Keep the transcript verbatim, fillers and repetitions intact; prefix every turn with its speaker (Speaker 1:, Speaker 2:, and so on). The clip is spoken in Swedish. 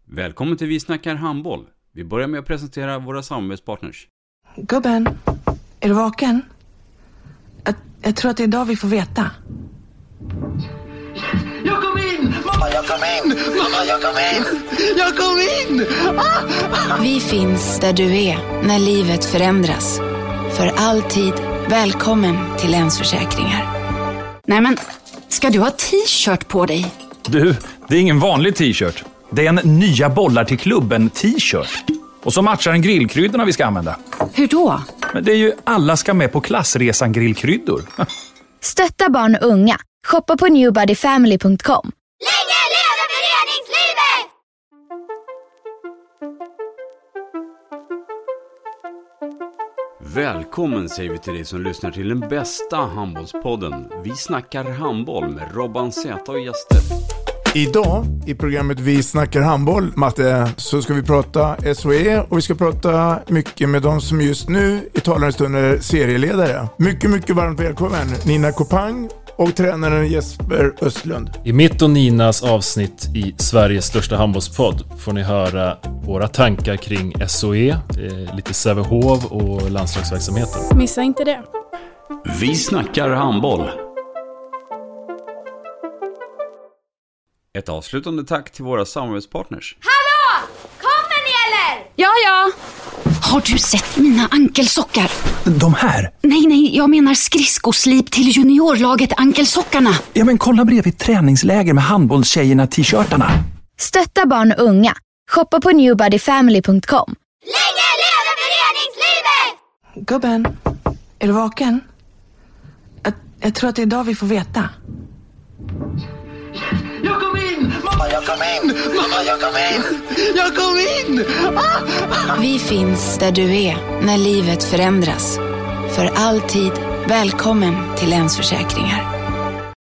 Speaker 1: Välkommen till Vi snackar handboll. Vi börjar med att presentera våra samarbetspartners.
Speaker 2: Gubben, är du vaken? Jag, jag tror att det är idag vi får veta.
Speaker 3: Jag kom in! Mamma, jag kom in! Mamma, jag kom in! Jag kom in! Ah!
Speaker 4: Vi finns där du är när livet förändras. För alltid välkommen till Länsförsäkringar.
Speaker 5: Nej men, ska du ha t-shirt på dig?
Speaker 6: Du, det är ingen vanlig t-shirt. Det är en nya bollar till klubben t-shirt. Och så matchar den grillkryddorna vi ska använda.
Speaker 5: Hur då?
Speaker 6: Men det är ju alla ska med på klassresan grillkryddor.
Speaker 7: Stötta barn och unga. Shoppa på new body family punkt com.
Speaker 8: Länge leve föreningslivet!
Speaker 1: Välkommen säger vi till dig som lyssnar till den bästa handbollspodden. Vi snackar handboll med Robban Zäta och gäster.
Speaker 9: Idag i programmet Vi snackar handboll, Matte, så ska vi prata S O E och vi ska prata mycket med de som just nu i talande stund är serieledare. Mycket, mycket varmt välkommen Nina Kopang och tränaren Jesper Östlund.
Speaker 10: I mitt och Ninas avsnitt i Sveriges största handbollspodd får ni höra våra tankar kring S O E, lite Sävehof och landslagsverksamheten.
Speaker 11: Missa inte det.
Speaker 1: Vi snackar handboll. Ett avslutande tack till våra samarbetspartners.
Speaker 8: Hallå! Kommer ni eller?
Speaker 5: Ja, ja. Har du sett mina ankelsockar?
Speaker 6: De här?
Speaker 5: Nej, nej, jag menar skridskoslip till juniorlaget Ankelsockarna.
Speaker 6: Ja, men kolla bredvid träningsläger med handbollstjejerna t-shirtarna.
Speaker 7: Stötta barn och unga. Shoppa på new body family punkt com.
Speaker 8: Länge leve föreningslivet!
Speaker 2: Gubben, är du vaken? Jag, jag tror att det är idag vi får veta.
Speaker 3: Jag kom in! Mamma, jag kom in! Mamma, jag kom in! Jag kom in! Ah!
Speaker 4: Vi finns där du är när livet förändras. För alltid välkommen till Länsförsäkringar.